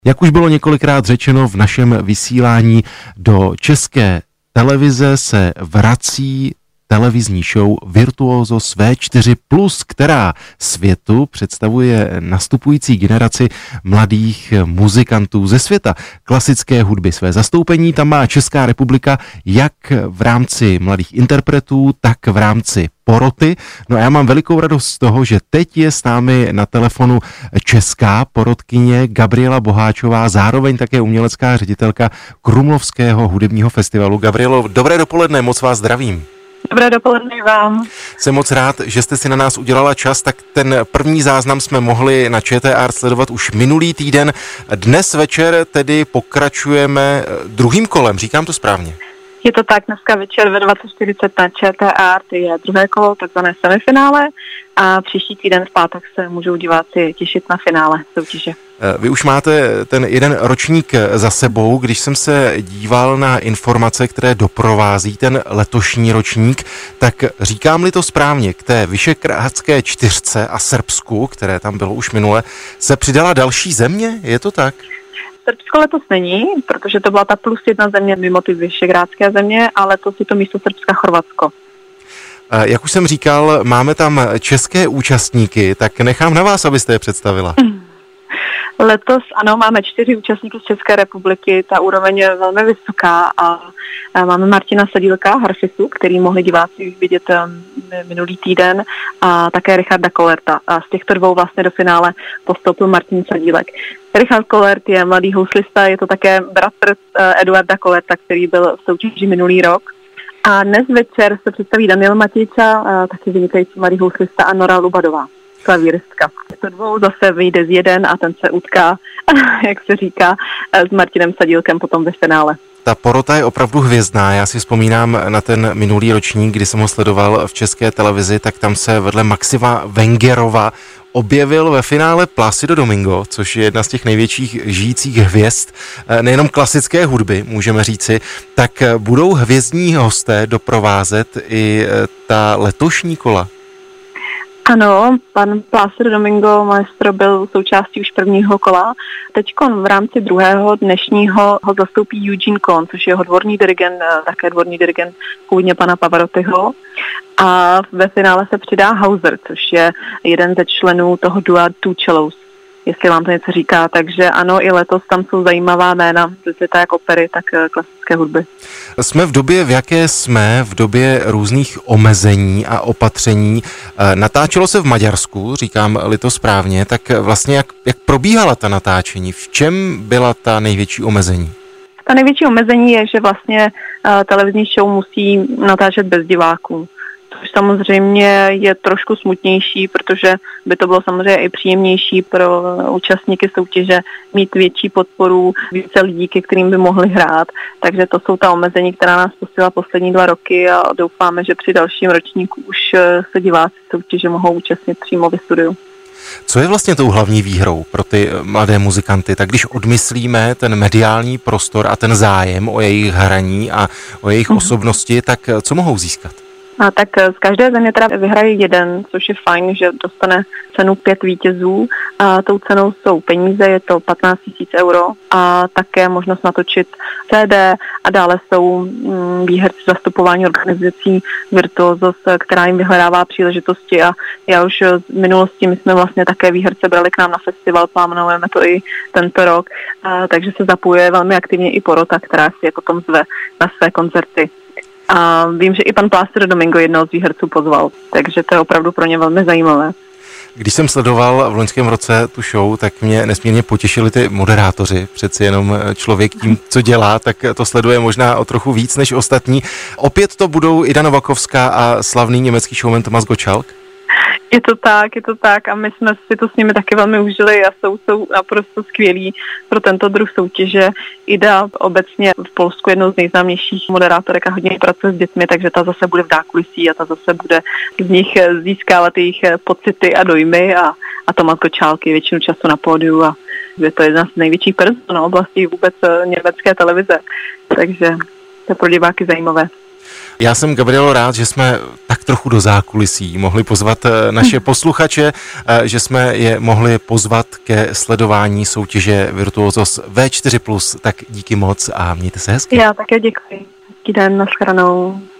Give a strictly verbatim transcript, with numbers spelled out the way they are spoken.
Jak už bylo několikrát řečeno v našem vysílání, do České televize se vrací televizní show Virtuózos V čtyři plus, která světu představuje nastupující generaci mladých muzikantů ze světa klasické hudby. Své zastoupení tam má Česká republika jak v rámci mladých interpretů, tak v rámci poroty. No a já mám velikou radost z toho, že teď je s námi na telefonu česká porotkyně Gabriela Boháčová, zároveň také umělecká ředitelka Krumlovského hudebního festivalu. Gabrielo, dobré dopoledne, moc vás zdravím. Dobré dopoledne vám. Jsem moc rád, že jste si na nás udělala čas, tak ten první záznam jsme mohli na Č T Art sledovat už minulý týden. Dnes večer tedy pokračujeme druhým kolem, říkám to správně? Je to tak, dneska večer ve dvacet čtyřicet na Č T Art je druhé kolo, takzvané semifinále, a příští týden v pátek se můžou diváci těšit na finále soutěže. Vy už máte ten jeden ročník za sebou. Když jsem se díval na informace, které doprovází ten letošní ročník, tak říkám-li to správně, k té Vyšehradské čtyřce a Srbsku, které tam bylo už minule, se přidala další země? Je to tak? Srbsko letos není, protože to byla ta plus jedna země mimo ty vyšehrádské země, ale letos je to místo Srbska Chorvatsko. Jak už jsem říkal, máme tam české účastníky, tak nechám na vás, abyste je představila. Letos ano, máme čtyři účastníky z České republiky, ta úroveň je velmi vysoká a máme Martina Sadílka, harfistu, který mohli diváci vidět minulý týden, a také Richarda Kolerta. A z těchto dvou vlastně do finále postoupil Martin Sadílek. Richard Kolert je mladý houslista, je to také bratr Eduarda Kolerta, který byl v soutěži minulý rok. A dnes večer se představí Daniel Matějča, taky vynikající mladý houslista, a Nora Lubadová, klavíristka. To dvou zase vyjde z jeden a ten se utká, jak se říká, s Martinem Sadílkem potom ve finále. Ta porota je opravdu hvězdná. Já si vzpomínám na ten minulý ročník, kdy jsem ho sledoval v České televizi, tak tam se vedle Maxima Wengerova objevil ve finále Plácido Domingo, což je jedna z těch největších žijících hvězd, nejenom klasické hudby, můžeme říci. Tak budou hvězdní hosté doprovázet i ta letošní kola? Ano, pan Plácido Domingo, maestro, byl součástí už prvního kola. Teďkon v rámci druhého dnešního ho zastoupí Eugene Kohn, což je jeho dvorní dirigent, také dvorní dirigent původně pana Pavarottiho. A ve finále se přidá Hauser, což je jeden ze členů toho dua Two Cellos, jestli vám to něco říká. Takže ano, i letos tam jsou zajímavá jména, ze světa jak opery, tak klasické hudby. Jsme v době, v jaké jsme, v době různých omezení a opatření. Natáčelo se v Maďarsku, říkám-li to správně, tak vlastně jak, jak probíhala ta natáčení? V čem byla ta největší omezení? Ta největší omezení je, že vlastně uh, televizní show musí natáčet bez diváků. Což samozřejmě je trošku smutnější, protože by to bylo samozřejmě i příjemnější pro účastníky soutěže mít větší podporu, více lidí, ke kterým by mohli hrát. Takže to jsou ta omezení, která nás postihla poslední dva roky, a doufáme, že při dalším ročníku už se diváci soutěže mohou účastnit přímo ve studiu. Co je vlastně tou hlavní výhrou pro ty mladé muzikanty? Tak když odmyslíme ten mediální prostor a ten zájem o jejich hraní a o jejich mm. osobnosti, tak co mohou získat? A tak z každé země teda vyhraje jeden, což je fajn, že dostane cenu pět vítězů. A tou cenou jsou peníze, je to patnáct tisíc euro, a také možnost natočit C D, a dále jsou výherci zastupování organizací Virtuózos, která jim vyhledává příležitosti, a já už v minulosti, my jsme vlastně také výherce brali k nám na festival, plánujeme to i tento rok, a takže se zapojuje velmi aktivně i porota, která si je potom zve na své koncerty. A vím, že i pan Plácido Domingo jednoho z výherců pozval, takže to je opravdu pro ně velmi zajímavé. Když jsem sledoval v loňském roce tu show, tak mě nesmírně potěšili ty moderátoři. Přeci jenom člověk tím, co dělá, tak to sleduje možná o trochu víc než ostatní. Opět to budou Ida Novakovská a slavný německý showman Thomas Gottschalk? Je to tak, je to tak, a my jsme si to s nimi taky velmi užili a jsou, jsou naprosto skvělí pro tento druh soutěže. Ida obecně v Polsku jednou z nejznámějších moderátorek a hodně pracuje s dětmi, takže ta zase bude v zákulisí a ta zase bude z nich získávat jejich pocity a dojmy, a, a Thomas Gottschalk je většinu času na pódiu a je to jedna z největších person na oblasti vůbec německé televize, takže to je pro diváky zajímavé. Já jsem, Gabrielo, rád, že jsme tak trochu do zákulisí mohli pozvat naše posluchače, že jsme je mohli pozvat ke sledování soutěže Virtuózos vé čtyři plus. Tak díky moc a mějte se hezky. Já také děkuji. Hezký den, nashledanou.